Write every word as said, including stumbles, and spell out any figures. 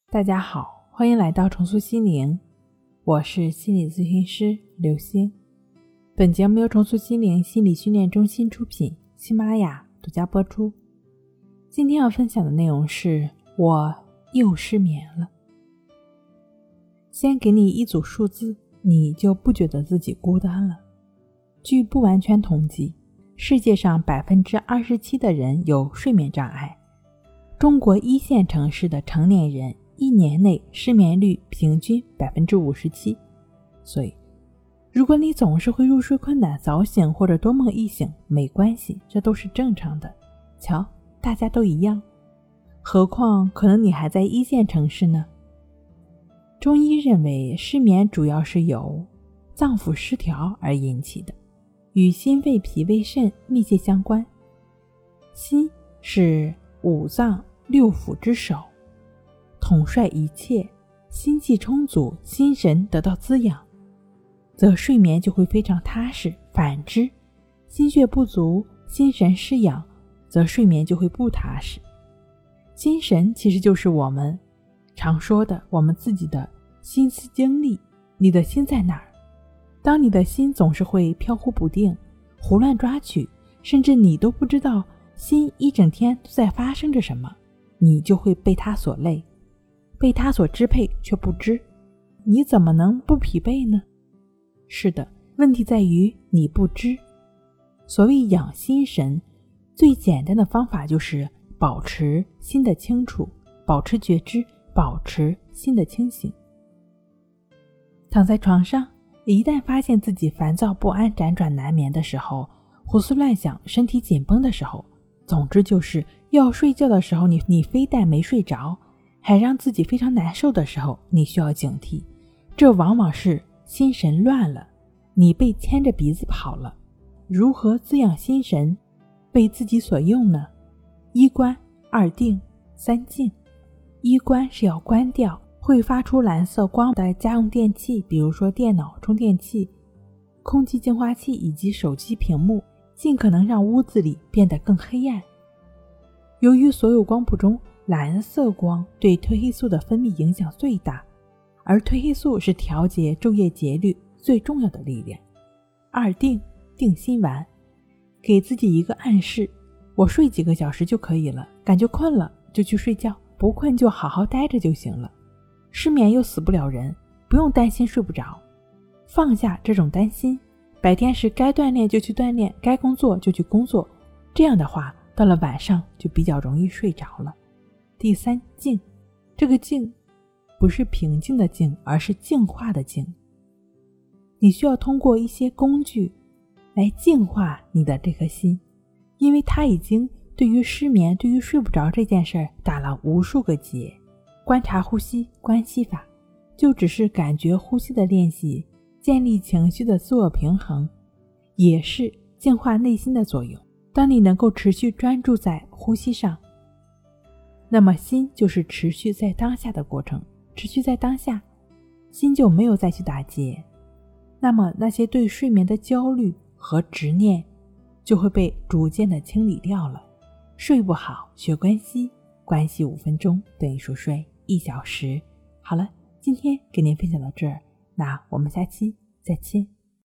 大家好，欢迎来到重塑心灵，我是心理咨询师刘星。本节目由重塑心灵心理训练中心出品，喜马拉雅独家播出。今天要分享的内容是我又失眠了。先给你一组数字，你就不觉得自己孤单了。据不完全统计，世界上 百分之二十七 的人有睡眠障碍。中国一线城市的成年人一年内失眠率平均 百分之五十七。 所以如果你总是会入睡困难、早醒或者多梦易醒，没关系，这都是正常的。瞧，大家都一样，何况可能你还在一线城市呢。中医认为失眠主要是由脏腑失调而引起的，与心肺脾胃肾密切相关。心是五脏六腑之首，统帅一切，心气充足，心神得到滋养，则睡眠就会非常踏实。反之，心血不足，心神失养，则睡眠就会不踏实。心神其实就是我们常说的我们自己的心思精力。你的心在哪儿？当你的心总是会飘忽不定，胡乱抓取，甚至你都不知道心一整天都在发生着什么，你就会被它所累，被它所支配却不知。你怎么能不疲惫呢？是的，问题在于你不知。所谓养心神，最简单的方法就是保持心的清楚，保持觉知，保持心的清醒。躺在床上，一旦发现自己烦躁不安、辗转难眠的时候，胡思乱想，身体紧绷的时候，总之就是要睡觉的时候，你你非但没睡着，还让自己非常难受的时候，你需要警惕，这往往是心神乱了，你被牵着鼻子跑了。如何滋养心神，被自己所用呢？一关、二定、三静。一关是要关掉会发出蓝色光的家用电器，比如说电脑、充电器、空气净化器以及手机屏幕，尽可能让屋子里变得更黑暗。由于所有光谱中蓝色光对褪黑素的分泌影响最大，而褪黑素是调节昼夜节律最重要的力量。二定，定心丸，给自己一个暗示，我睡几个小时就可以了，感觉困了就去睡觉，不困就好好待着就行了。失眠又死不了人，不用担心睡不着，放下这种担心，白天是该锻炼就去锻炼，该工作就去工作，这样的话到了晚上就比较容易睡着了。第三，静。这个静不是平静的静，而是净化的静。你需要通过一些工具来净化你的这颗心，因为它已经对于失眠、对于睡不着这件事打了无数个结。观察呼吸、关系法，就只是感觉呼吸的练习，建立情绪的自我平衡，也是净化内心的作用。当你能够持续专注在呼吸上，那么心就是持续在当下的过程，持续在当下，心就没有再去打结。那么那些对睡眠的焦虑和执念就会被逐渐的清理掉了。睡不好，学关系，关系五分钟等于熟睡一小时。好了，今天给您分享到这儿，那我们下期再见。